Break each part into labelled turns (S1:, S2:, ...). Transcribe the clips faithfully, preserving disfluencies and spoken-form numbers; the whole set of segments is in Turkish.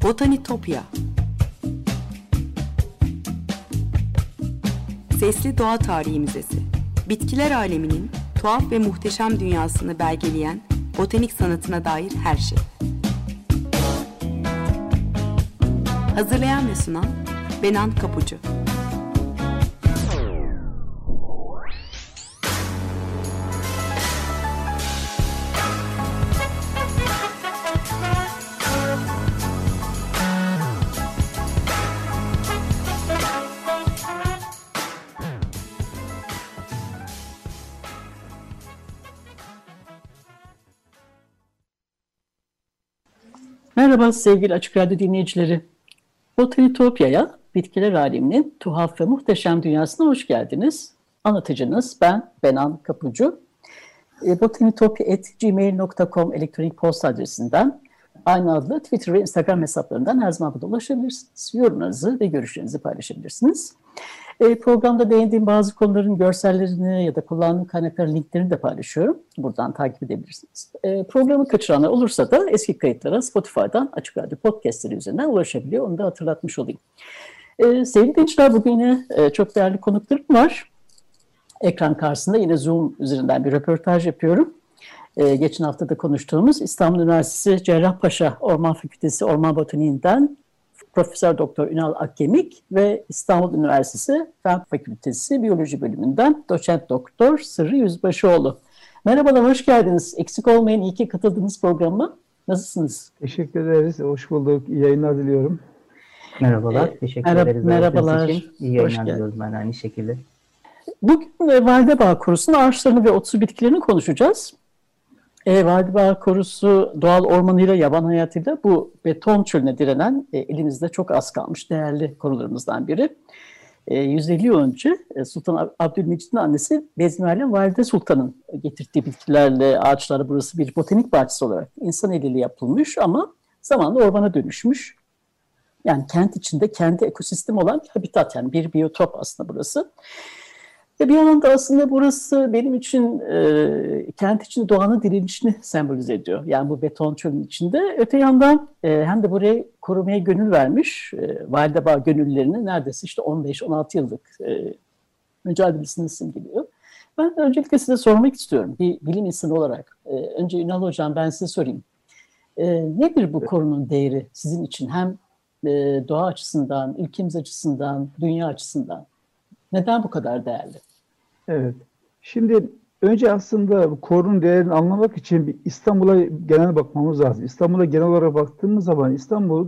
S1: Botanitopya. Sesli Doğa Tarihi Müzesi. Bitkiler aleminin tuhaf ve muhteşem dünyasını belgeleyen botanik sanatına dair her şey. Hazırlayan ve sunan Benan Kapucu.
S2: Merhaba sevgili Açık Radyo dinleyicileri. Botanitopya'ya, bitkiler aleminin tuhaf ve muhteşem dünyasına hoş geldiniz. Anlatıcınız ben, Benan Kapucu. E, botanitopya at gmail nokta com elektronik posta adresinden, aynı adlı Twitter ve Instagram hesaplarından her zaman burada ulaşabilirsiniz. Yorumlarınızı ve görüşlerinizi paylaşabilirsiniz. E, programda beğendiğim bazı konuların görsellerini ya da kullandığım kaynakların linklerini de paylaşıyorum. Buradan takip edebilirsiniz. E, programı kaçıranlar olursa da eski kayıtlara Spotify'dan Açık Radyo podcastleri üzerinden ulaşabiliyor. Onu da hatırlatmış olayım. E, sevgili dinleyiciler, bugün yine e, çok değerli konuklarım var. Ekran karşısında yine Zoom üzerinden bir röportaj yapıyorum. E, geçen hafta da konuştuğumuz İstanbul Üniversitesi Cerrahpaşa Orman Fakültesi Orman Botaniğinden Profesör Doktor Ünal Akkemik ve İstanbul Üniversitesi Fen Fakültesi Biyoloji Bölümünden Doçent Doktor Sırrı Yüzbaşıoğlu. Merhabalar, hoş geldiniz. Eksik olmayın, iyi ki katıldınız programa. Nasılsınız?
S3: Teşekkür ederiz. Hoş bulduk. İyi yayınlar diliyorum.
S4: Merhabalar. Ee, Teşekkür
S2: merhaba,
S4: ederiz.
S2: Merhabalar.
S4: Için. İyi yayınlar diliyorum ben aynı şekilde.
S2: Bugün e, Validebağ Korusu'nun ağaçlarını ve otsu bitkilerini konuşacağız. E, Validebağ Korusu doğal ormanıyla, yaban hayatıyla bu beton çölüne direnen e, elimizde çok az kalmış değerli korularımızdan biri. E, yüz elli yıl önce e, Sultan Abdülmecit'in annesi Bezmialem Valide Sultan'ın getirdiği bitkilerle, ağaçlarla burası bir botanik bahçesi olarak insan eliyle yapılmış ama zamanla ormana dönüşmüş. Yani kent içinde kendi ekosistem olan bir habitat, yani bir biyotop aslında burası. Ve bir yandan da aslında burası benim için e, kent için doğanın direnişini sembolize ediyor. Yani bu beton çölün içinde. Öte yandan e, hem de burayı korumaya gönül vermiş e, Validebağ gönüllülerini neredeyse işte on beş on altı yıllık e, mücadelesini simgeliyor. Ben öncelikle size sormak istiyorum bir bilim insanı olarak. E, önce Ünal Hocam, ben size sorayım. E, nedir bu korunun değeri sizin için? Hem e, doğa açısından, ülkemiz açısından, dünya açısından. Neden bu kadar değerli?
S3: Evet. Şimdi önce aslında korunun değerini anlamak için bir İstanbul'a genel bakmamız lazım. İstanbul'a genel olarak baktığımız zaman İstanbul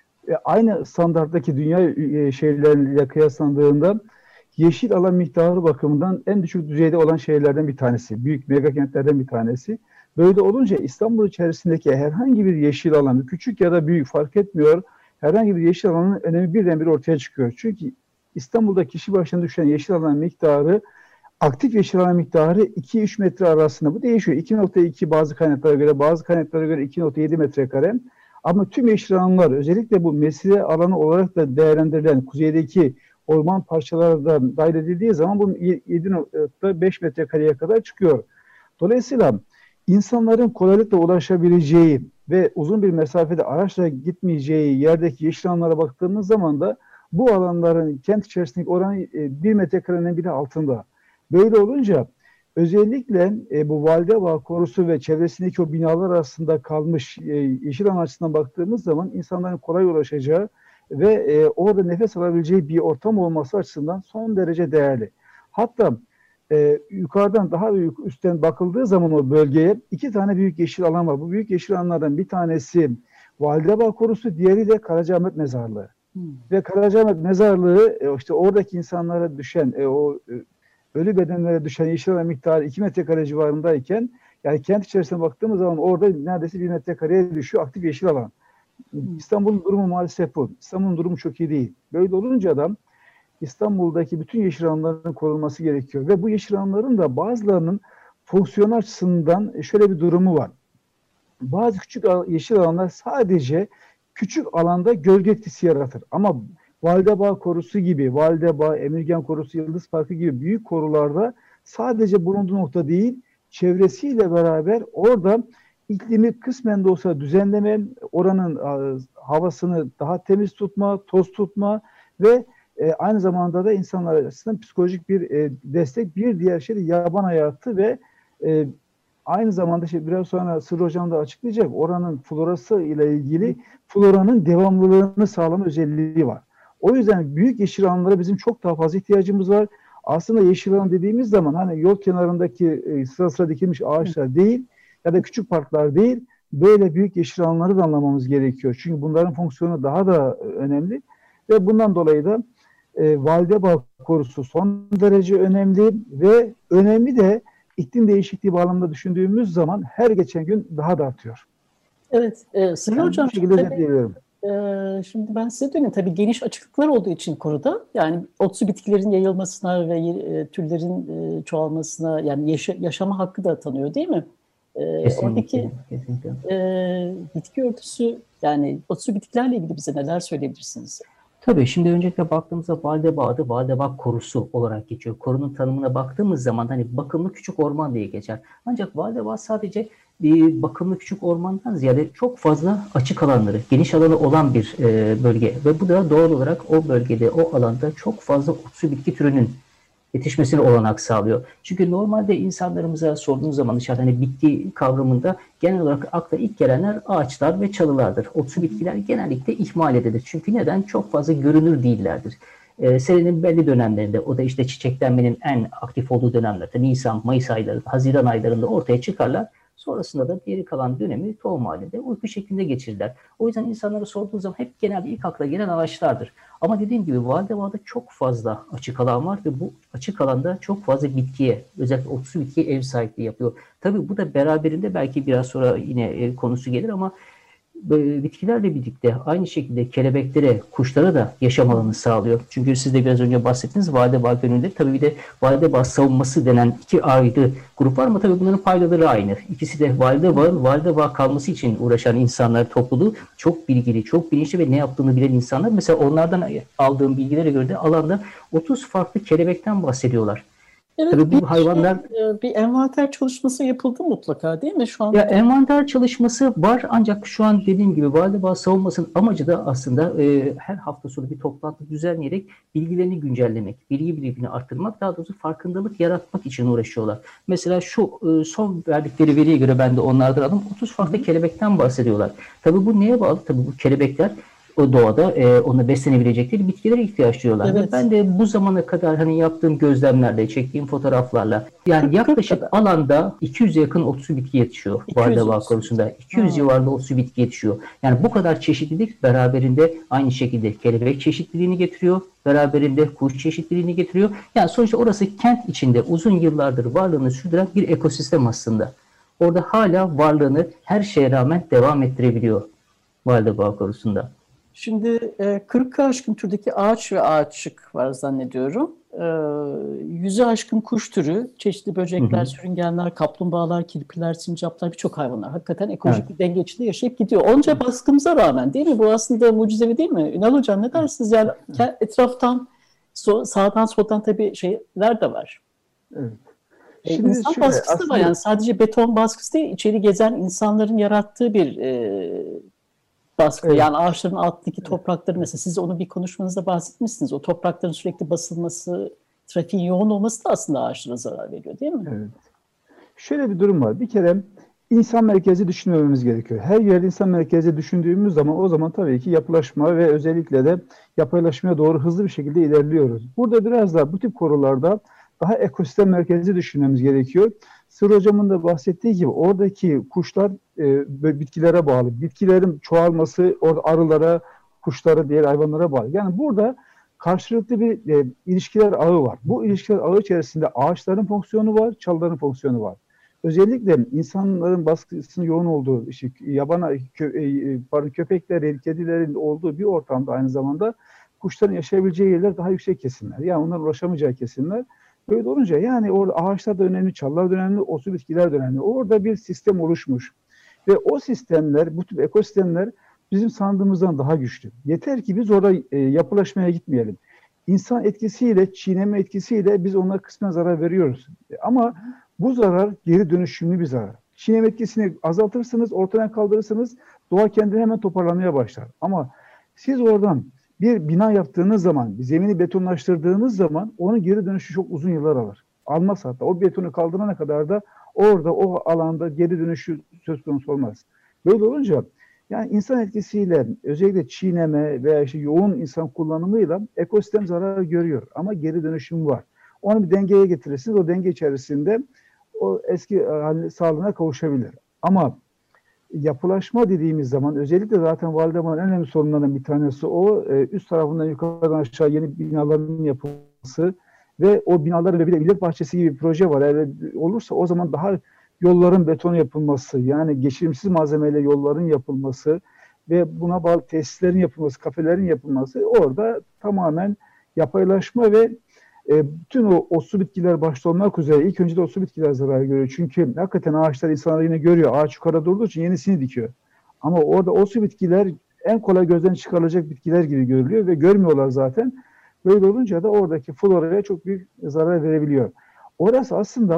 S3: aynı standarttaki dünya şehirleriyle kıyaslandığında yeşil alan miktarı bakımından en düşük düzeyde olan şehirlerden bir tanesi. Büyük mega kentlerden bir tanesi. Böyle olunca İstanbul içerisindeki herhangi bir yeşil alan, küçük ya da büyük fark etmiyor, herhangi bir yeşil alanın önemi birdenbire ortaya çıkıyor. Çünkü İstanbul'da kişi başına düşen yeşil alan miktarı, aktif yeşil alan miktarı iki üç metre arasında. Bu değişiyor. iki nokta iki bazı kaynaklara göre, bazı kaynaklara göre iki nokta yedi metrekare. Ama tüm yeşil alanlar, özellikle bu mesire alanı olarak da değerlendirilen kuzeydeki orman parçaları da dahil edildiği zaman bu yedi nokta beş metrekareye kadar çıkıyor. Dolayısıyla insanların kolaylıkla ulaşabileceği ve uzun bir mesafede araçla gitmeyeceği yerdeki yeşil alanlara baktığımız zaman da bu alanların kent içerisindeki oranı bir metrekarenin bile altında. Böyle olunca özellikle e, bu Validebağ Korusu ve çevresindeki o binalar arasında kalmış e, yeşil alan açısından baktığımız zaman insanların kolay ulaşacağı ve e, orada nefes alabileceği bir ortam olması açısından son derece değerli. Hatta e, yukarıdan daha büyük üstten bakıldığı zaman o bölgeye iki tane büyük yeşil alan var. Bu büyük yeşil alanlardan bir tanesi Validebağ Korusu, diğeri de Karacaahmet Mezarlığı. Hmm. Ve Karacaahmet Mezarlığı işte oradaki insanlara düşen e, o e, ölü bedenlere düşen yeşil alan miktarı iki metrekare civarındayken, yani kent içerisine baktığımız zaman orada neredeyse bir metrekareye düşüyor aktif yeşil alan. Hmm. İstanbul'un durumu maalesef bu. İstanbul'un durumu çok iyi değil. Böyle olunca da İstanbul'daki bütün yeşil alanların korunması gerekiyor ve bu yeşil alanların da bazılarının fonksiyon açısından şöyle bir durumu var. Bazı küçük yeşil alanlar sadece küçük alanda gölge etkisi yaratır. Ama Validebağ Korusu gibi, Validebağ, Emirgan Korusu, Yıldız Parkı gibi büyük korularda sadece bulunduğu nokta değil, çevresiyle beraber orada iklimi kısmen de olsa düzenleme, oranın e, havasını daha temiz tutma, toz tutma ve e, aynı zamanda da insanlar açısından psikolojik bir e, destek. Bir diğer şey de yaban hayatı ve e, aynı zamanda şey biraz sonra Sırrı Hocam da açıklayacak. Oranın florası ile ilgili floranın devamlılığını sağlama özelliği var. O yüzden büyük yeşil alanlara bizim çok daha fazla ihtiyacımız var. Aslında yeşil alan dediğimiz zaman hani yol kenarındaki e, sıra sıra dikilmiş ağaçlar değil ya da küçük parklar değil, böyle büyük yeşil alanları da anlamamız gerekiyor. Çünkü bunların fonksiyonu daha da önemli ve bundan dolayı da e, Validebağ korusu son derece önemli ve önemli de iklim değişikliği bağlamında düşündüğümüz zaman her geçen gün daha da artıyor.
S2: Evet, e, Sırrı
S3: yani
S2: Hocam,
S3: bu şekilde
S2: tabii,
S3: diyebilirim.
S2: e, şimdi ben size döneyim. Tabii geniş açıklıklar olduğu için koruda, yani otsu bitkilerin yayılmasına ve e, türlerin e, çoğalmasına, yani yaşa, yaşama hakkı da tanıyor değil mi? E,
S4: Kesinlikle,
S2: oradaki
S4: kesinlikle.
S2: E, bitki örtüsü, yani otsu bitkilerle ilgili bize neler söyleyebilirsiniz?
S4: Tabii şimdi öncelikle baktığımızda Validebağ adı Validebağ korusu olarak geçiyor. Korunun tanımına baktığımız zaman hani bakımlı küçük orman diye geçer. Ancak Validebağ sadece bir bakımlı küçük ormandan ziyade çok fazla açık alanları, geniş alanı olan bir e, bölge. Ve bu da doğal olarak o bölgede, o alanda çok fazla otsu bitki türünün yetişmesine olanak sağlıyor. Çünkü normalde insanlarımıza sorduğumuz zaman dışarıda hani bitki kavramında genel olarak akla ilk gelenler ağaçlar ve çalılardır. Otsu bitkiler genellikle ihmal edilir. Çünkü neden? Çok fazla görünür değillerdir. Ee, senenin belli dönemlerinde, o da işte çiçeklenmenin en aktif olduğu dönemlerde, Nisan, Mayıs aylarında, Haziran aylarında ortaya çıkarlar. Sonrasında da geri kalan dönemi tohum halinde uyku şeklinde geçirirler. O yüzden insanlara sorduğu zaman hep genelde ilk akla gelen ağaçlardır. Ama dediğim gibi Validebağ'da çok fazla açık alan var ve bu açık alanda çok fazla bitkiye, özellikle otsu bitkiye ev sahipliği yapıyor. Tabii bu da beraberinde belki biraz sonra yine konusu gelir ama bitkilerle birlikte aynı şekilde kelebeklere, kuşlara da yaşam alanı sağlıyor. Çünkü siz de biraz önce bahsettiniz Validebağ gönülleri. Tabii bir de Validebağ savunması denen iki ayrı grup var ama tabii bunların paydaları aynı. İkisi de Validebağ'ın Validebağ kalması için uğraşan insanlar topluluğu, çok bilgili, çok bilinçli ve ne yaptığını bilen insanlar. Mesela onlardan aldığım bilgilere göre de alanda otuz farklı kelebekten bahsediyorlar.
S2: Evet,
S4: tabii bu
S2: bir,
S4: hayvanlar
S2: şey, bir envanter çalışması yapıldı mutlaka değil mi şu anda?
S4: Ya envanter çalışması var ancak şu an dediğim gibi Validebağ savunmasının amacı da aslında e, her hafta sonu bir toplantı düzenleyerek bilgilerini güncellemek, bilgi birikimini arttırmak, daha doğrusu farkındalık yaratmak için uğraşıyorlar. Mesela şu e, son verdikleri veriye göre ben de onlardan aldım, otuz farklı kelebekten bahsediyorlar. Tabii bu neye bağlı? Tabii bu kelebekler o doğada e, ona beslenebilecekleri bitkilere ihtiyaç duyuyorlar.
S2: Evet.
S4: Ve ben de bu zamana kadar hani yaptığım gözlemlerle, çektiğim fotoğraflarla yani yaklaşık alanda iki yüze yakın otsu bitki yetişiyor Validebağ korusunda. iki yüz civarında otsu bitki yetişiyor. Yani bu kadar çeşitlilik beraberinde aynı şekilde kelebek çeşitliliğini getiriyor. Beraberinde kuş çeşitliliğini getiriyor. Yani sonuçta orası kent içinde uzun yıllardır varlığını sürdüren bir ekosistem aslında. Orada hala varlığını her şeye rağmen devam ettirebiliyor Validebağ korusunda.
S2: Şimdi e, kırka aşkın türdeki ağaç ve ağaççık var zannediyorum. E, yüze aşkın kuş türü, çeşitli böcekler, hı hı. sürüngenler, kaplumbağalar, kirpiler, sincaplar, birçok hayvanlar. Hakikaten ekolojik evet. bir denge içinde yaşayıp gidiyor. Onca baskımıza rağmen değil mi? Bu aslında mucizevi değil mi? Ünal Hocam ne dersiniz? Yani etraftan, so, sağdan soldan tabii şeyler de var.
S3: Evet.
S2: Şimdi İnsan şöyle, baskısı aslında... da var. Yani sadece beton baskısı değil, içeri gezen insanların yarattığı bir... E, baskı. Evet. Yani ağaçların altındaki toprakları mesela siz onu bir konuşmanızda bahsetmişsiniz. O toprakların sürekli basılması, trafiğin yoğun olması da aslında ağaçlara zarar veriyor değil mi?
S3: Evet. Şöyle bir durum var. Bir kere insan merkezi düşünmememiz gerekiyor. Her yerde insan merkezi düşündüğümüz zaman o zaman tabii ki yapılaşma ve özellikle de yapılaşmaya doğru hızlı bir şekilde ilerliyoruz. Burada biraz da bu tip konularda daha ekosistem merkezi düşünmemiz gerekiyor. Sırrı Hocam'ın da bahsettiği gibi oradaki kuşlar e, bitkilere bağlı. Bitkilerin çoğalması orada arılara, kuşlara, diğer hayvanlara bağlı. Yani burada karşılıklı bir e, ilişkiler ağı var. Bu ilişkiler ağı içerisinde ağaçların fonksiyonu var, çalıların fonksiyonu var. Özellikle insanların baskısının yoğun olduğu, işte, yabana kö, e, pardon, köpeklerin, kedilerin olduğu bir ortamda aynı zamanda kuşların yaşayabileceği yerler daha yüksek kesimler. Yani onların ulaşamayacağı kesimler. Böyle olunca yani orada ağaçlar da önemli, çalılar da önemli, otsu bitkiler de önemli. Orada bir sistem oluşmuş. Ve o sistemler, bu tip ekosistemler bizim sandığımızdan daha güçlü. Yeter ki biz orada e, yapılaşmaya gitmeyelim. İnsan etkisiyle, çiğneme etkisiyle biz onlara kısmen zarar veriyoruz. Ama bu zarar geri dönüşümlü bir zarar. Çiğneme etkisini azaltırsınız, ortadan kaldırırsınız, doğa kendini hemen toparlamaya başlar. Ama siz oradan bir bina yaptığınız zaman, zemini betonlaştırdığınız zaman onun geri dönüşü çok uzun yıllar alır. Almaz hatta. O betonu kaldırana kadar da orada, o alanda geri dönüşü söz konusu olmaz. Böyle olunca yani insan etkisiyle, özellikle çiğneme veya işte yoğun insan kullanımıyla ekosistem zarar görüyor. Ama geri dönüşüm var. Onu bir dengeye getirirsiniz. O denge içerisinde o eski haline, sağlığına kavuşabilir. Ama yapılaşma dediğimiz zaman özellikle zaten Validema'nın en önemli sorunlarından bir tanesi o. Üst tarafından yukarıdan aşağı yeni binaların yapılması ve o binaların bir de millet bahçesi gibi bir proje var. Eğer olursa o zaman daha yolların beton yapılması, yani geçirimsiz malzemeyle yolların yapılması ve buna bağlı tesislerin yapılması, kafelerin yapılması, orada tamamen yapaylaşma ve e, bütün o otsu bitkiler başta olmak üzere ilk önce de otsu bitkiler zarar görüyor. Çünkü hakikaten ağaçlar insanlar yine görüyor. Ağaç yukarı durduğu için yenisini dikiyor. Ama orada otsu bitkiler en kolay gözden çıkarılacak bitkiler gibi görülüyor ve görmüyorlar zaten. Böyle olunca da oradaki floraya çok büyük zarar verebiliyor. Orası aslında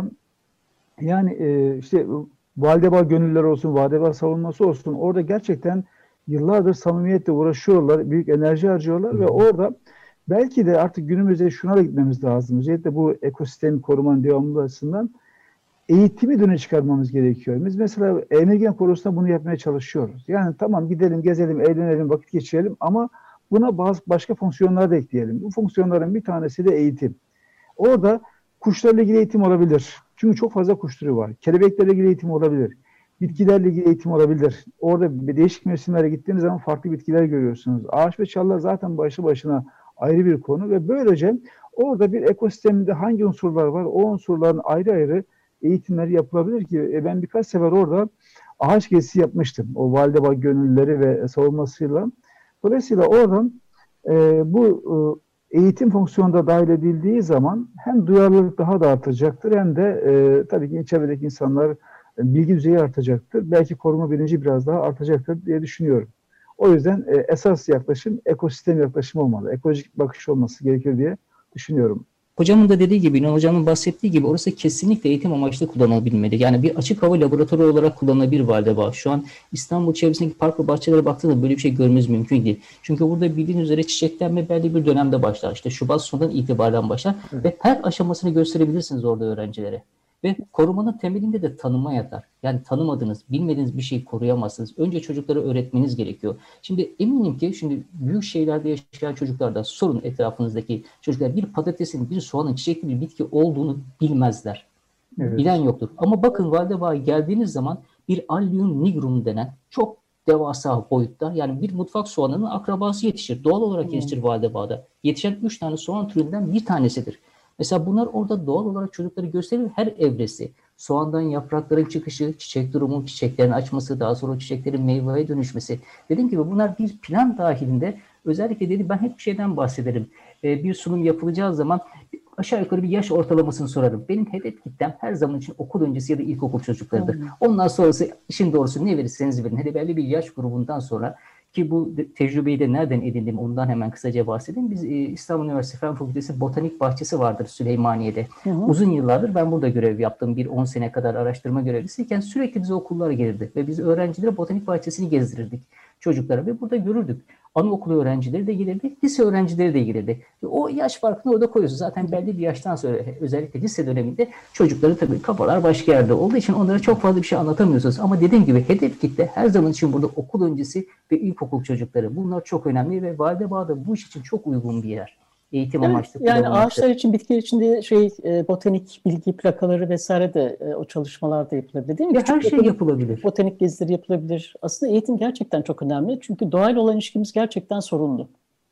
S3: yani e, işte Validebağ gönüllüleri olsun, Validebağ savunması olsun, orada gerçekten yıllardır samimiyetle uğraşıyorlar, büyük enerji harcıyorlar Hı. ve orada belki de artık günümüzde şuna da gitmemiz lazım. Özellikle bu ekosistemi korumanın devamlılığı açısından eğitimi döne çıkarmamız gerekiyor. Biz mesela Emirgan Korosu'nda bunu yapmaya çalışıyoruz. Yani tamam gidelim, gezelim, eğlenelim, vakit geçirelim ama buna bazı başka fonksiyonlar da ekleyelim. Bu fonksiyonların bir tanesi de eğitim. Orada kuşlarla ilgili eğitim olabilir. Çünkü çok fazla kuş türü var. Kelebeklerle ilgili eğitim olabilir. Bitkilerle ilgili eğitim olabilir. Orada değişik mevsimlere gittiğiniz zaman farklı bitkiler görüyorsunuz. Ağaç ve çalılar zaten başlı başına ayrı bir konu ve böylece orada bir ekosistemde hangi unsurlar var, o unsurların ayrı ayrı eğitimleri yapılabilir ki e ben birkaç sefer orada ağaç gezisi yapmıştım. O Validebağ gönüllüleri ve savunmasıyla. Dolayısıyla oradan e, bu e, eğitim fonksiyonunda dahil edildiği zaman hem duyarlılık daha da artacaktır hem de e, tabii ki çevredeki insanlar e, bilgi düzeyi artacaktır. Belki koruma bilinci biraz daha artacaktır diye düşünüyorum. O yüzden e, esas yaklaşım ekosistem yaklaşımı olmalı. Ekolojik bakış olması gerekir diye düşünüyorum.
S4: Hocamın da dediği gibi, İnan Hocam'ın bahsettiği gibi orası kesinlikle eğitim amaçlı kullanılabilmeli. Yani bir açık hava laboratuvarı olarak kullanılabilir Validebağ. Şu an İstanbul çevresindeki park ve bahçelere baktığında böyle bir şey görmemiz mümkün değil. Çünkü burada bildiğiniz üzere çiçeklenme belli bir dönemde başlar. İşte Şubat sonundan itibaren başlar. Evet. Ve her aşamasını gösterebilirsiniz orada öğrencilere. Ve korumanın temelinde de tanıma yatar. Yani tanımadığınız, bilmediğiniz bir şeyi koruyamazsınız. Önce çocuklara öğretmeniz gerekiyor. Şimdi eminim ki şimdi büyük şehirlerde yaşayan çocuklar da sorun etrafınızdaki çocuklar bir patatesin, bir soğanın çiçekli bir bitki olduğunu bilmezler. Evet. Bilen yoktur. Ama bakın Validebağ'a geldiğiniz zaman bir Allium nigrum denen çok devasa boyutta yani bir mutfak soğanının akrabası yetişir. Doğal olarak yetişir Validebağ'da. Yetişen üç tane soğan türünden bir tanesidir. Mesela bunlar orada doğal olarak çocukları gösterir her evresi. Soğandan yaprakların çıkışı, çiçek durumu, çiçeklerin açması, daha sonra çiçeklerin meyveye dönüşmesi. Dediğim gibi bunlar bir plan dahilinde özellikle dedi ben hep bir şeyden bahsederim. Ee, bir sunum yapılacağı zaman aşağı yukarı bir yaş ortalamasını sorarım. Benim hedef kitlem her zaman için okul öncesi ya da ilkokul çocuklarıdır. Hmm. Ondan sonrası işin doğrusu ne verirseniz verin. Hele belli bir yaş grubundan sonra ki bu tecrübeyi de nereden edindim ondan hemen kısaca bahsedeyim. Biz e, İstanbul Üniversitesi Fen Fakültesi Botanik Bahçesi vardır Süleymaniye'de. Hı hı. Uzun yıllardır ben burada görev yaptım. Bir on sene kadar araştırma görevlisiyken sürekli bize okullar gelirdi. Ve biz öğrencilere botanik bahçesini gezdirirdik çocuklara ve burada görürdük. Anaokulu öğrencileri de gelirdi, lise öğrencileri de gelirdi. Ve o yaş farkını orada koyuyorsun. Zaten belli bir yaştan sonra özellikle lise döneminde çocukları tabii kafalar başka yerde olduğu için onlara çok fazla bir şey anlatamıyorsunuz. Ama dediğim gibi hedef kitle her zaman için burada okul öncesi ve ilkokul çocukları. Bunlar çok önemli ve Validebağ'da bu iş için çok uygun bir yer. Eğitim evet, amaçlı.
S2: Yani ağaçlar için, bitkiler için de şey e, botanik bilgi plakaları vesaire de e, o çalışmalarda yapılabilir değil mi?
S4: Ya her şey botanik, yapılabilir.
S2: Botanik gezileri yapılabilir. Aslında eğitim gerçekten çok önemli. Çünkü doğayla olan ilişkimiz gerçekten sorunlu.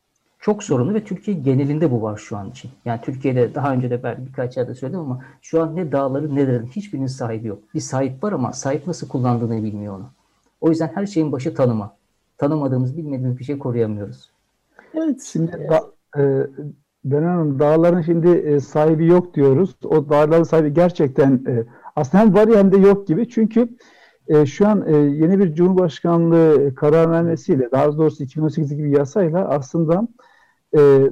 S4: Çok sorunlu ve Türkiye genelinde bu var şu an için. Yani Türkiye'de daha önce de ben birkaç yerde söyledim ama şu an ne dağların ne dağların hiçbirinin sahibi yok. Bir sahip var ama sahip nasıl kullandığını bilmiyor onu. O yüzden her şeyin başı tanıma. Tanımadığımız, bilmediğimiz bir şey koruyamıyoruz.
S3: Evet. Şimdi da, e, Ben Hanım dağların şimdi e, sahibi yok diyoruz. O dağların sahibi gerçekten e, aslında hem var hem de yok gibi. Çünkü e, şu an e, yeni bir Cumhurbaşkanlığı kararnamesiyle, daha doğrusu iki bin on sekiz gibi yasayla aslında e,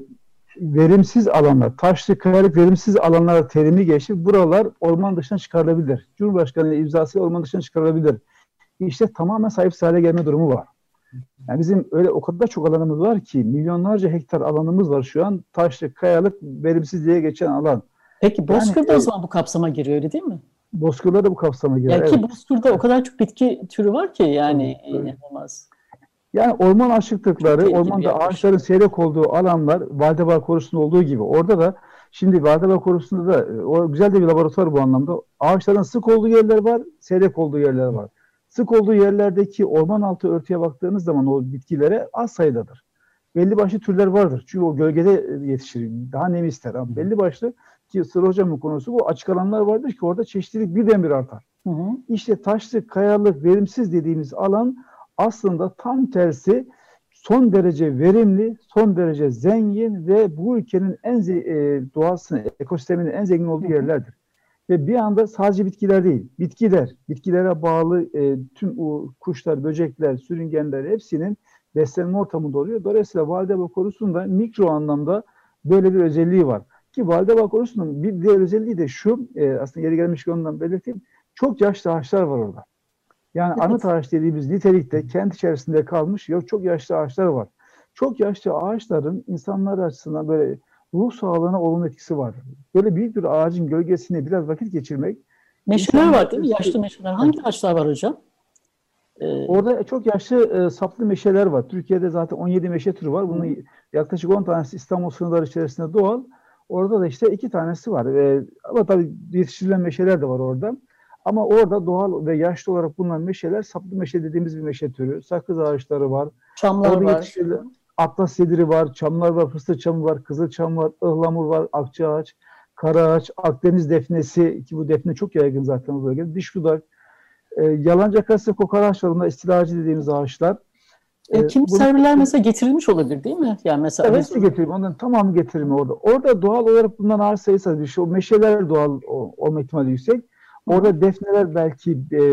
S3: verimsiz alanlar, taşlı, kayalık verimsiz alanlar terimi geçti. Buralar orman dışına çıkarılabilir. Cumhurbaşkanı imzasıyla orman dışına çıkarılabilir. İşte tamamen sahipsiz hale gelme durumu var. Yani bizim öyle o kadar çok alanımız var ki, milyonlarca hektar alanımız var şu an. Taşlı, kayalık, verimsiz diye geçen alan.
S2: Peki Bozkır da
S3: Yani,
S2: o zaman bu kapsama giriyor, öyle değil mi?
S3: Bozkır'da da bu kapsama girer.
S2: Yani ki
S3: evet.
S2: Bozkır'da o kadar çok bitki türü var ki yani
S3: Evet, evet.
S2: inanılmaz.
S3: Yani orman açıklıkları,
S2: Çok tehlikeli bir
S3: ormanda
S2: yaklaşım.
S3: ağaçların seyrek olduğu alanlar Valdebağ Korusu'nda olduğu gibi. Orada da şimdi Valdebağ Korusu'nda da o güzel de bir laboratuvar bu anlamda. Ağaçların sık olduğu yerler var, seyrek olduğu yerler var. Sık olduğu yerlerdeki orman altı örtüye baktığınız zaman o bitkilere az sayıdadır. Belli başlı türler vardır. Çünkü o gölgede yetişir. Daha nem ister. Ama belli başlı, ki Sıra Hocam'ın konusu bu, açık alanlar vardır ki orada çeşitlilik birdenbire artar.
S2: Hı hı.
S3: İşte taşlık, kayalık, verimsiz dediğimiz alan aslında tam tersi son derece verimli, son derece zengin ve bu ülkenin en e, doğasını, ekosisteminin en zengin olduğu yerlerdir. Ve bir anda sadece bitkiler değil, bitkiler, bitkilere bağlı e, tüm o kuşlar, böcekler, sürüngenler hepsinin beslenme ortamında oluyor. Dolayısıyla Valdebağ Korusu'nda mikro anlamda böyle bir özelliği var. Ki Valdebağ Korusu'nun bir diğer özelliği de şu, e, aslında yeri gelmişken ondan belirteyim, çok yaşlı ağaçlar var orada. Yani
S2: Evet.
S3: anıt ağaç dediğimiz nitelikte kent içerisinde kalmış yok çok yaşlı ağaçlar var. Çok yaşlı ağaçların insanlar açısından böyle ruh sağlığına olumlu etkisi var. Böyle büyük bir ağacın gölgesinde biraz vakit geçirmek.
S2: Meşeler
S3: insanlar-
S2: var değil mi? Yaşlı meşeler. Hangi ağaçlar var hocam? Ee,
S3: Orada çok yaşlı e, saplı meşeler var. Türkiye'de zaten on yedi meşe türü var. Bunun yaklaşık on tanesi İstanbul sınırları içerisinde doğal. Orada da işte iki tanesi var. E, ama tabii yetiştirilen meşeler de var orada. Ama orada doğal ve yaşlı olarak bulunan meşeler, saplı meşe dediğimiz bir meşe türü. Sakız ağaçları var.
S2: çamlar
S3: Orada
S2: var.
S3: yetiştirilen atlas sediri var, çamlar var, fıstık çamı var, kızılçam var, ıhlamur var, akçaağaç, karaağaç, Akdeniz defnesi, ki bu defne çok yaygın zaten bu bölgede. Dişbudak, e, yalancakası, kokaraç var. Bunlar istilacı dediğimiz ağaçlar.
S2: E,
S3: E,
S2: kim
S3: bunu-
S2: serviler mesela getirilmiş olabilir değil mi? Yani mesela
S3: Evet,
S2: biz-
S3: hepsi getirimi. Onların tamamı getirimi orada. Orada doğal olarak bulunan ağaç sayısı az bir şey. O meşeler doğal o- olma ihtimali yüksek. Orada defneler belki e,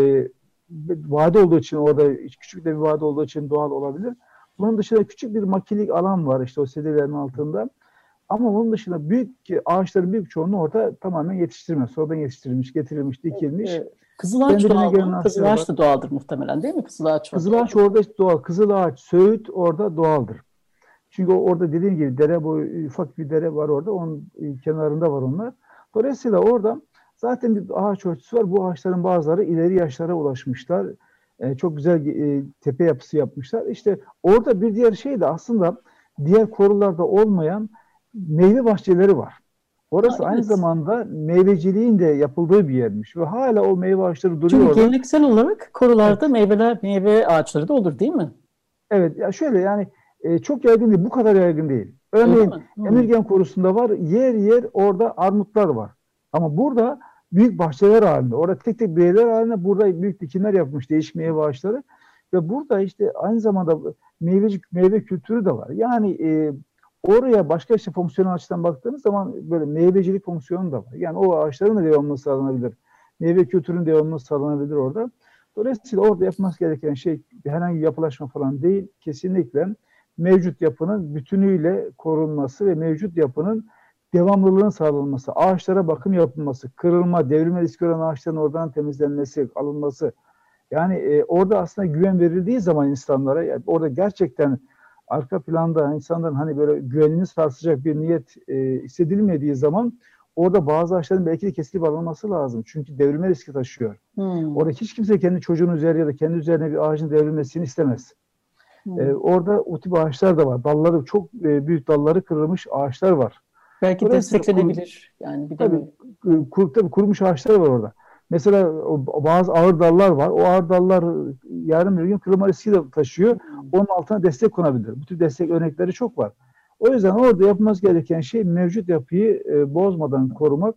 S3: vade olduğu için, orada küçük de bir vade olduğu için doğal olabilir. Bunun dışında küçük bir makilik alan var işte o sedirlerin altında. Ama onun dışında büyük ağaçların büyük çoğunluğu orada tamamen yetiştirme. Sonradan yetiştirilmiş, getirilmiş, dikilmiş.
S2: e, Kızılağaç
S3: Kendine
S2: doğal
S3: gelen
S2: mı?
S3: ağaçlar
S2: Kızılağaç
S3: var.
S2: da doğaldır muhtemelen değil mi? Kızılağaç var.
S3: Kızılağaç orada işte doğal. Kızılağaç, Söğüt orada doğaldır. Çünkü orada dediğim gibi dere boyu, ufak bir dere var orada. Onun kenarında var onlar. Dolayısıyla orada zaten bir ağaç örtüsü var. Bu ağaçların bazıları ileri yaşlara ulaşmışlar. Ee, çok güzel e, tepe yapısı yapmışlar. İşte orada bir diğer şey de aslında diğer korularda olmayan meyve bahçeleri var. Orası
S2: Ha,
S3: aynı
S2: evet.
S3: zamanda meyveciliğin de yapıldığı bir yermiş. Ve hala o meyve ağaçları duruyor
S2: Çünkü
S3: orada.
S2: geleneksel olarak korularda meyveler, meyve ağaçları da olur değil mi?
S3: Evet, ya şöyle yani e, çok yaygın değil, bu kadar yaygın değil. Örneğin
S2: Öyle mi? Hı.
S3: Emirgan Korusu'nda var, yer yer orada armutlar var. Ama burada büyük bahçeler halinde, orada tek tek bireyler halinde burada büyük dikimler yapmış değişik meyve ağaçları. Ve burada işte aynı zamanda meyvecik meyve kültürü de var. Yani e, oraya başka işte fonksiyonel açıdan baktığınız zaman böyle meyvecilik fonksiyonu da var. Yani o ağaçların da devamlılığı sağlanabilir. Meyve kültürünün devamlılığı sağlanabilir orada. Dolayısıyla orada yapılması gereken şey herhangi bir yapılaşma falan değil. Kesinlikle mevcut yapının bütünüyle korunması ve mevcut yapının devamlılığının sağlanması, ağaçlara bakım yapılması, kırılma, devrilme riski olan ağaçların oradan temizlenmesi, alınması. Yani e, orada aslında güven verildiği zaman insanlara, yani orada gerçekten arka planda insanların hani böyle güvenini sarsacak bir niyet e, hissedilmediği zaman orada bazı ağaçların belki de kesilip alınması lazım. Çünkü devrilme riski taşıyor.
S2: Hmm.
S3: Orada hiç kimse kendi çocuğunun üzerine ya da kendi üzerine bir ağacın devrilmesini istemez.
S2: Hmm.
S3: Ee, orada o tip ağaçlar da var. Dalları çok e, büyük dalları kırılmış ağaçlar var.
S2: Belki
S3: Dolayısıyla
S2: desteklenebilir. Yani bir
S3: Tabii,
S2: de
S3: kur, tabii kurumuş ağaçlar var orada. Mesela o, bazı ağır dallar var. O ağır dallar yarın bir gün kırılma riski de taşıyor. Onun altına destek konabilir. Bu tür destek örnekleri çok var. O yüzden orada yapılması gereken şey mevcut yapıyı e, bozmadan korumak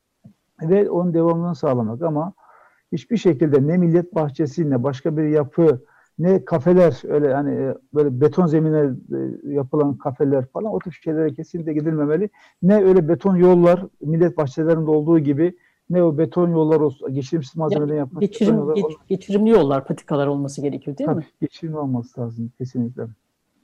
S3: ve onun devamını sağlamak. Ama hiçbir şekilde ne millet bahçesi, ne başka bir yapı, ne kafeler, öyle hani böyle beton zemine yapılan kafeler falan, o tip şeylere kesinlikle gidilmemeli. Ne öyle beton yollar, millet bahçelerinde olduğu gibi, ne o beton yollar olsun, geçirimsiz malzemeden yapmak.
S2: geçirim,
S3: yollar,
S2: geç, geçirimli yollar, patikalar olması gerekiyor değil
S3: tabii,
S2: mi?
S3: geçirimli olması lazım kesinlikle.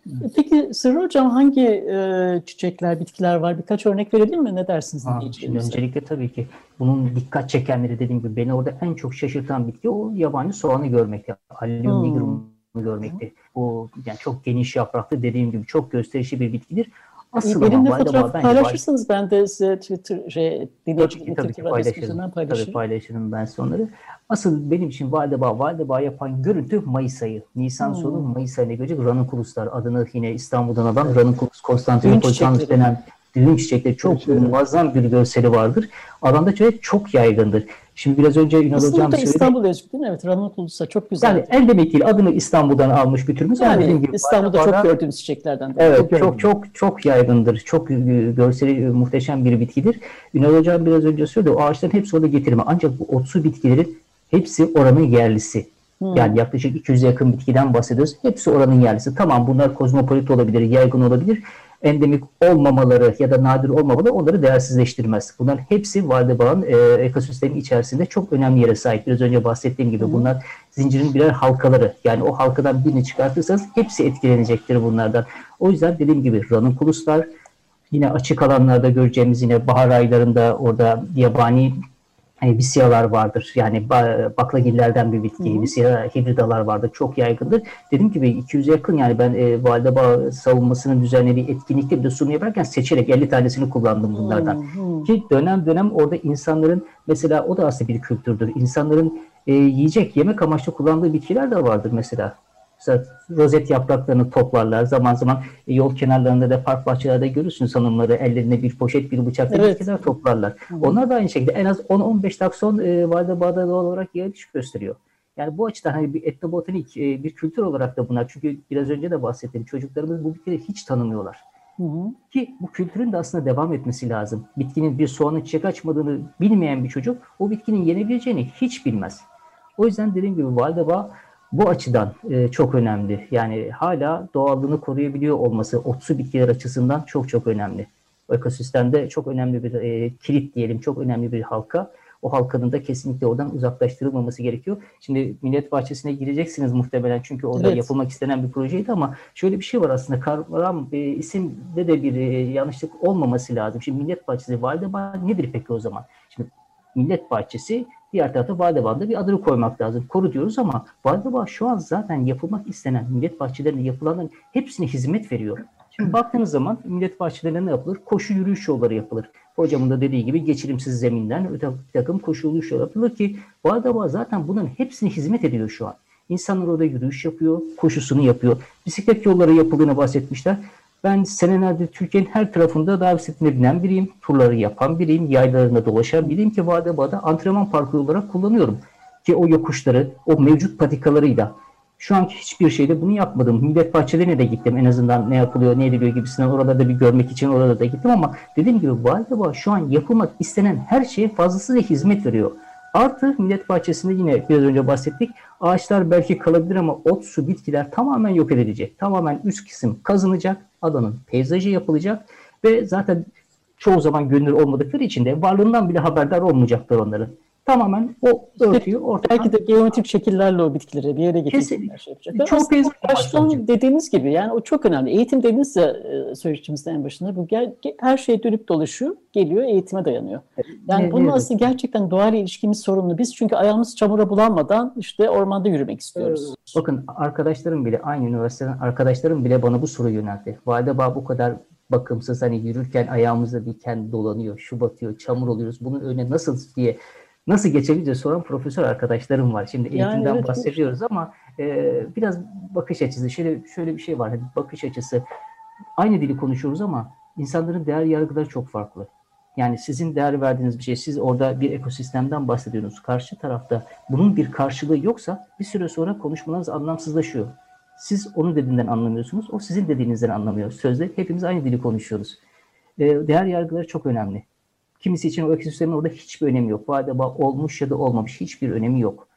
S2: Peki Sırrı Hocam, hangi e, çiçekler, bitkiler var? Birkaç örnek verelim mi? Ne dersiniz
S4: Ha, şimdi
S2: dinleyicilerimize?
S4: öncelikle tabii ki bunun dikkat çekenleri, dediğim gibi beni orada en çok şaşırtan bitki o yabani soğanı görmekti. Allium
S2: Hmm.
S4: nigrum görmekti. O yani çok geniş yapraklı, dediğim gibi çok gösterişli bir bitkidir. Asıl ama
S2: Benimle
S4: Valide Bağ
S2: fotoğraf
S4: bence
S2: paylaşırsanız ben de size Twitter, şey,
S4: Tabii ki,
S2: dinleyicilerimle
S4: tabii ki
S2: Twitter
S4: paylaşırım.
S2: adresimden
S4: Tabii
S2: paylaşırım.
S4: paylaşırım ben sonları. Asıl benim için Valide Bağ, Valide Bağ yapan görüntü Mayıs ayı. Nisan
S2: Hmm.
S4: sonu Mayıs ayına görecek ranunculuslar. Adını yine İstanbul'dan alan Ranunculus Konstantinopolitanus
S2: çiçekleri.
S4: denen düğün çiçekleri, çok
S3: Çiçekleri.
S4: muazzam bir görseli vardır. Alanda çok, çok yaygındır. Şimdi biraz önce Ünal
S2: Aslında
S4: Hocam
S2: da
S4: söyledi.
S2: İstanbul özgü değil mi? Evet, Ranunculus'a çok güzel.
S4: Yani endemik değil, adını İstanbul'dan almış bir türümüz. ama dediğim
S2: Yani
S4: gibi
S2: İstanbul'da
S4: Valide
S2: çok
S4: Bağ'da-
S2: gördüğümüz çiçeklerden.
S4: Evet,
S3: Çok
S4: çok
S3: yaygın.
S4: çok çok yaygındır. Çok e, görseli e, muhteşem bir bitkidir. Ünal Hocam biraz önce söyledi. O ağaçların hepsi orada getirme. Ancak bu otsu bitkilerin hepsi oranın yerlisi.
S2: Hmm.
S4: Yani yaklaşık iki yüze yakın bitkiden bahsediyoruz. Hepsi oranın yerlisi. Tamam, bunlar kozmopolit olabilir, yaygın olabilir. Endemik olmamaları ya da nadir olmamaları onları değersizleştirmez. Bunların hepsi Valide Bağ'ın e, ekosistemin içerisinde çok önemli yere sahip. Biraz önce bahsettiğim gibi bunlar zincirin birer halkaları. Yani o halkadan birini çıkartırsanız hepsi etkilenecektir bunlardan. O yüzden dediğim gibi ranunculuslar, yine açık alanlarda göreceğimiz, yine bahar aylarında orada yabani e, bisiyalar vardır. Yani ba, baklagillerden bir bitki, bisiya hibridalar vardır. Çok yaygındır. Dediğim gibi iki yüze yakın, yani ben e, Valide Bağ savunmasının düzenlediği etkinlikte bir de sunum yaparken seçerek elli tanesini kullandım bunlardan.
S2: Hmm.
S4: Ki dönem dönem orada insanların, mesela o da aslında bir kültürdür. İnsanların e, yiyecek, yemek amaçlı kullandığı bitkiler de vardır mesela. Mesela rozet yapraklarını toplarlar. Zaman zaman e, yol kenarlarında da, park bahçelerde görürsünüz hanımları ellerine bir poşet, bir bıçakla
S2: Evet.
S4: bitkiler toplarlar. Onlar da aynı şekilde en az on on beş takson e, Valide Bağ'da doğal olarak yayılış gösteriyor. Yani bu açıdan hani bir etnobotanik e, bir kültür olarak da bunlar. Çünkü biraz önce de bahsettiğim çocuklarımız bu bitkileri hiç tanımıyorlar.
S2: Hı hı.
S4: Ki bu kültürün de aslında devam etmesi lazım. Bitkinin bir soğanın çiçek açmadığını bilmeyen bir çocuk o bitkinin yenebileceğini hiç bilmez. O yüzden dediğim gibi Valide Bağ bu açıdan e, çok önemli. Yani hala doğallığını koruyabiliyor olması otsu bitkiler açısından çok çok önemli. O ekosistemde çok önemli bir e, kilit diyelim, çok önemli bir halka. O halkanın da kesinlikle oradan uzaklaştırılmaması gerekiyor. Şimdi Millet Bahçesi'ne gireceksiniz muhtemelen, çünkü orada
S2: Evet.
S4: yapılmak istenen bir projeydi, ama şöyle bir şey var aslında. Kavram e, isimde de bir e, yanlışlık olmaması lazım. Şimdi Millet Bahçesi, Valide Bağ nedir peki o zaman? Şimdi Millet Bahçesi, diğer tarafta Valide Bağ'da bir adını koymak lazım. Koru diyoruz ama Valide Bağ şu an zaten yapılmak istenen millet bahçelerinde yapılanların hepsine hizmet veriyor. Şimdi baktığınız zaman millet bahçelerinde ne yapılır? Koşu yürüyüş yolları yapılır. Hocamın da dediği gibi geçirimsiz zeminden bir takım koşu yürüyüş yolları yapılır ki Valide Bağ zaten bunların hepsine hizmet ediyor şu an. İnsanlar orada yürüyüş yapıyor, koşusunu yapıyor. Bisiklet yolları yapıldığını bahsetmişler. Ben senelerdir Türkiye'nin her tarafında dağ bisikletine binen biriyim, turları yapan biriyim, yaylarında dolaşan biriyim ki Valide Bağ'da antrenman parkuru olarak kullanıyorum. Ki o yokuşları, o mevcut patikalarıyla, şu anki hiçbir şeyde bunu yapmadım. Millet bahçelerine de gittim, en azından ne yapılıyor, ne ediliyor gibisinden oralarda bir görmek için orada da gittim, ama dediğim gibi Valide Bağ şu an yapılmak istenen her şeye fazlasıyla hizmet veriyor. Artı Millet Bahçesi'nde yine biraz önce bahsettik. Ağaçlar belki kalabilir ama ot, su, bitkiler tamamen yok edilecek. Tamamen üst kısım kazınacak. Adanın peyzajı yapılacak. Ve zaten çoğu zaman görünür olmadıkları için de varlığından bile haberdar olmayacaklar onların. Tamamen o örtüyü ortadan...
S2: Belki de geometrik şekillerle o bitkileri bir yere
S4: Kesinlikle.
S2: getirmek şey yapacaklar.
S4: Çok
S2: Aslında
S4: peyzaj
S2: baştan
S4: amaçlanacak.
S2: dediğiniz gibi, yani o çok önemli. Eğitim dediğiniz de e, söyleşimizin en başında bu gel, ge- her şey dönüp dolaşıyor, geliyor, eğitime dayanıyor. Yani
S4: Ne-
S2: bunun
S4: ne
S2: aslında gerçekten doğayla ilişkimiz sorunlu. Biz çünkü ayağımız çamura bulanmadan işte ormanda yürümek istiyoruz.
S4: Bakın arkadaşlarım bile, aynı üniversiteden arkadaşlarım bile bana bu soruyu yöneltti. Valide Bağ bu kadar bakımsız, hani yürürken ayağımızda diken dolanıyor, şu batıyor, çamur oluyoruz. Bunun önüne nasıl diye nasıl geçebiliriz soran profesör arkadaşlarım var. Şimdi
S2: Yani
S4: eğitimden
S2: evet,
S4: bahsediyoruz ama e, biraz bakış açısı, şöyle şöyle bir şey var. Hani bakış açısı, aynı dili konuşuyoruz ama insanların değer yargıları çok farklı. Yani sizin değer verdiğiniz bir şey, siz orada bir ekosistemden bahsediyorsunuz. Karşı tarafta bunun bir karşılığı yoksa bir süre sonra konuşmanız anlamsızlaşıyor. Siz onun dediğinden anlamıyorsunuz, o sizin dediğinizden anlamıyor. Sözde hepimiz aynı dili konuşuyoruz. E, değer yargıları çok önemli. Kimisi için o ekosistemin orada hiçbir önemi yok. Valide Bağ olmuş ya da olmamış, hiçbir önemi yok.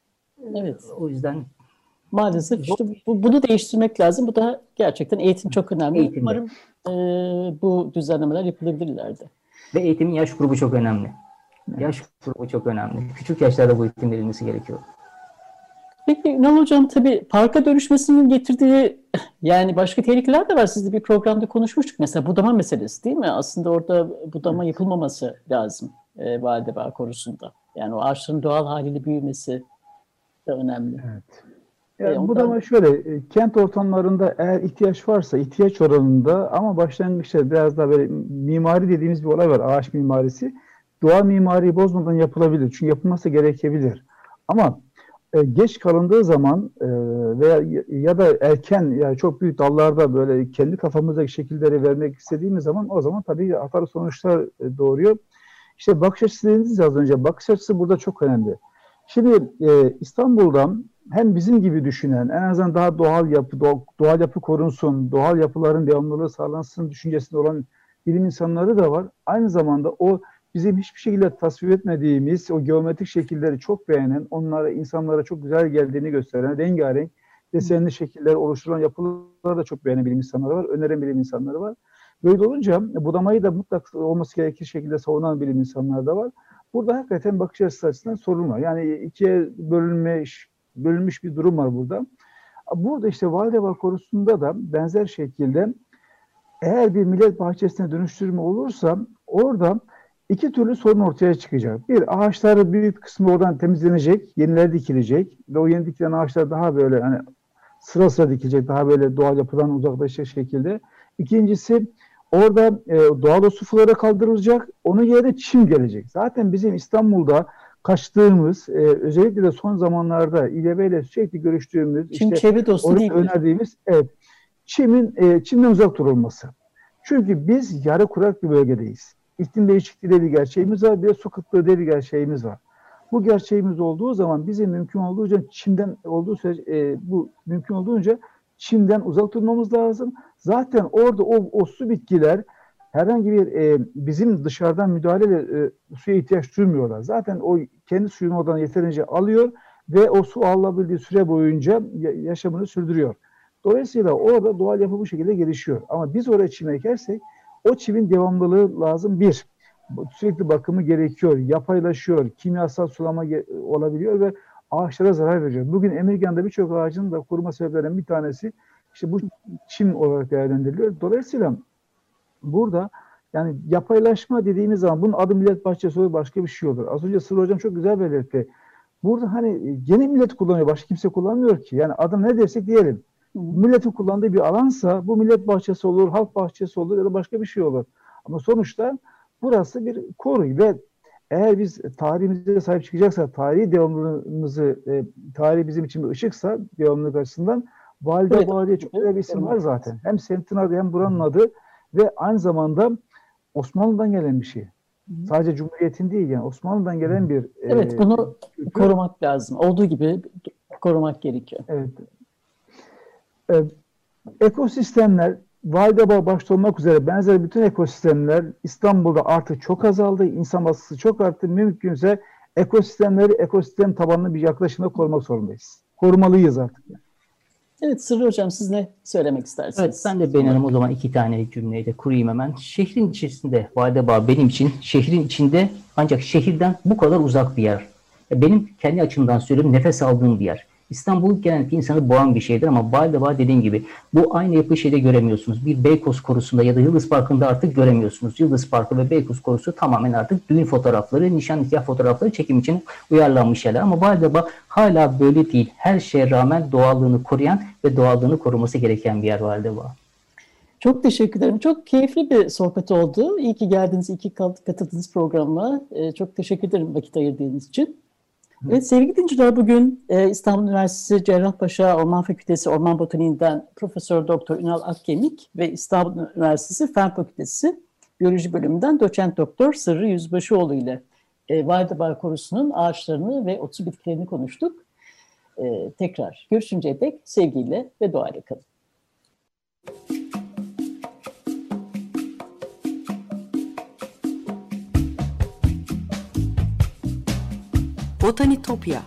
S2: Evet.
S4: O yüzden
S2: Maalesef işte bu, bunu değiştirmek lazım. Bu da gerçekten eğitim çok önemli.
S4: Eğitimde.
S2: Umarım e, bu düzenlemeler yapılabilir ileride.
S4: ve eğitimin yaş grubu çok önemli. Yaş grubu çok önemli. Küçük yaşlarda bu eğitim verilmesi gerekiyor.
S2: Peki Peki Ünal Hocam, tabii parka dönüşmesinin getirdiği yani başka tehlikeler de var. Siz de bir programda konuşmuştuk. Mesela budama meselesi değil mi? Aslında orada budama yapılmaması lazım e, Validebağ Korusu'nda. Yani o ağaçların doğal haliyle büyümesi de önemli.
S3: Evet. Yani
S2: e,
S3: bu
S2: ondan...
S3: da şöyle, kent ortamlarında eğer ihtiyaç varsa ihtiyaç oranında, ama başlangıçta biraz daha böyle mimari dediğimiz bir olay var, ağaç mimarisi. Doğal mimariyi bozmadan yapılabilir. Çünkü yapılması gerekebilir. Ama e, geç kalındığı zaman e, veya ya da erken, yani çok büyük dallarda böyle kendi kafamızdaki şekilleri vermek istediğimiz zaman, o zaman tabii hatalı sonuçlar e, doğuruyor. İşte bakış açısı dediniz az önce. Bakış açısı burada çok önemli. Şimdi e, İstanbul'dan hem bizim gibi düşünen, en azından daha doğal yapı, doğal, doğal yapı korunsun, doğal yapıların devamlılığı sağlansın düşüncesinde olan bilim insanları da var. Aynı zamanda o bizim hiçbir şekilde tasvip etmediğimiz o geometrik şekilleri çok beğenen, onlara, insanlara çok güzel geldiğini gösteren, rengarenk, desenli şekiller oluşturulan yapıları da çok beğenen bilim insanları var, öneren bilim insanları var. Böyle olunca budamayı da mutlaka olması gerekir şekilde savunan bilim insanları da var. Burada hakikaten bakış açısı açısından sorun var. Yani ikiye bölünmüş, bölünmüş bir durum var burada. Burada işte Validebağ Korusu'nda da benzer şekilde eğer bir millet bahçesine dönüştürme olursa orada iki türlü sorun ortaya çıkacak. Bir, ağaçların büyük kısmı oradan temizlenecek, yeniler dikilecek ve o yeni dikilen ağaçlar daha böyle hani sıra sıra dikilecek, daha böyle doğal yapıdan uzaklaşacak şekilde. İkincisi, orada e, doğal o sulara kaldırılacak, onun yerine çim gelecek. Zaten bizim İstanbul'da kaçtığımız, e, özellikle de son zamanlarda İLEVE ile sürekli görüştüğümüz,
S2: çim
S3: işte
S2: çevre dostu değil
S3: önerdiğimiz, evet, çimin e, çimden uzak durulması. Çünkü biz yarı kurak bir bölgedeyiz. İklim değişikliği de bir gerçeğimiz var, bir de su kıtlığı diye bir gerçeğimiz var. Bu gerçeğimiz olduğu zaman bizim mümkün olduğunca çimden olduğu sürece, e, bu mümkün olduğunca çimden uzak durmamız lazım. Zaten orada o, o su bitkiler herhangi bir e, bizim dışarıdan müdahaleyle e, suya ihtiyaç duymuyorlar. Zaten o kendi suyunu oradan yeterince alıyor ve o su alabildiği süre boyunca yaşamını sürdürüyor. Dolayısıyla orada doğal yapı bu şekilde gelişiyor. Ama biz oraya çim ekersek o çimin devamlılığı lazım. Bir, sürekli bakımı gerekiyor, yapaylaşıyor, kimyasal sulama olabiliyor ve ağaçlara zarar veriyor. Bugün Emirgan'da birçok ağacın da kuruma sebeplerinden bir tanesi işte bu çim olarak değerlendiriliyor. Dolayısıyla burada yani yapaylaşma dediğimiz zaman bunun adı millet bahçesi olur, başka bir şey olur. Az önce Sırrı Hocam çok güzel belirtti. Burada hani gene millet kullanıyor, başka kimse kullanmıyor ki. Yani adı ne dersek diyelim. Milletin kullandığı bir alansa bu millet bahçesi olur, halk bahçesi olur ya da başka bir şey olur. Ama sonuçta burası bir koru ve eğer biz tarihimize sahip çıkacaksa, tarihi devamlılığımızı, e, tarih bizim için bir ışıksa devamlılık açısından Validebağ diye çok güzel bir isim var zaten. Hem semtin adı hem buranın adı ve aynı zamanda Osmanlı'dan gelen bir şey. Sadece Cumhuriyet'in değil, yani Osmanlı'dan gelen bir...
S2: Evet, e, bunu kültür. Korumak lazım. Olduğu gibi korumak gerekiyor.
S3: Evet. E, ekosistemler, Validebağ başta olmak üzere benzer bütün ekosistemler İstanbul'da artık çok azaldı. İnsan baskısı çok arttı. Mümkünse ekosistemleri ekosistem tabanlı bir yaklaşımda korumak zorundayız. Korumalıyız artık.
S2: Evet, Sırrı Hocam, siz ne söylemek istersiniz?
S4: Evet, ben de beğenirim o zaman iki tane cümleyle kurayım hemen. Şehrin içerisinde Validebağ benim için şehrin içinde, ancak şehirden bu kadar uzak bir yer. Benim kendi açımdan söylüyorum, nefes aldığım bir yer. İstanbul genellikle insanı boğan bir şeydir ama Validebağ dediğim gibi bu aynı yapı şeyde göremiyorsunuz. Bir Beykoz Korusu'nda ya da Yıldız Parkı'nda artık göremiyorsunuz. Yıldız Parkı ve Beykoz Korusu tamamen artık düğün fotoğrafları, nişan nikah fotoğrafları çekim için uyarlanmış yerler. Ama Validebağ hala böyle değil. Her şeye rağmen doğallığını koruyan ve doğallığını koruması gereken bir yer Validebağ.
S2: Çok teşekkür ederim. Çok keyifli bir sohbet oldu. İyi ki geldiniz, iyi ki katıldınız programa. Çok teşekkür ederim vakit ayırdığınız için. Evet sevgili dinleyiciler, bugün e, İstanbul Üniversitesi Cerrahpaşa Orman Fakültesi Orman Botaniğinden Profesör Doktor Ünal Akkemik ve İstanbul Üniversitesi Fen Fakültesi Biyoloji Bölümünden Doçent Doktor Sırrı Yüzbaşıoğlu ile e, Validebağ Korusu'nun ağaçlarını ve otsu bitkilerini konuştuk. E, tekrar görüşünceye dek sevgiyle ve doğayla kalın.
S1: Botanitopya.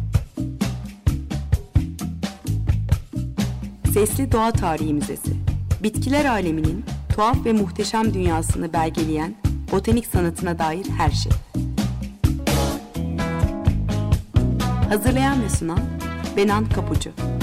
S1: Sesli Doğa Tarihi Müzesi. Bitkiler aleminin tuhaf ve muhteşem dünyasını belgeleyen botanik sanatına dair her şey. Hazırlayan ve sunan Benan Kapucu.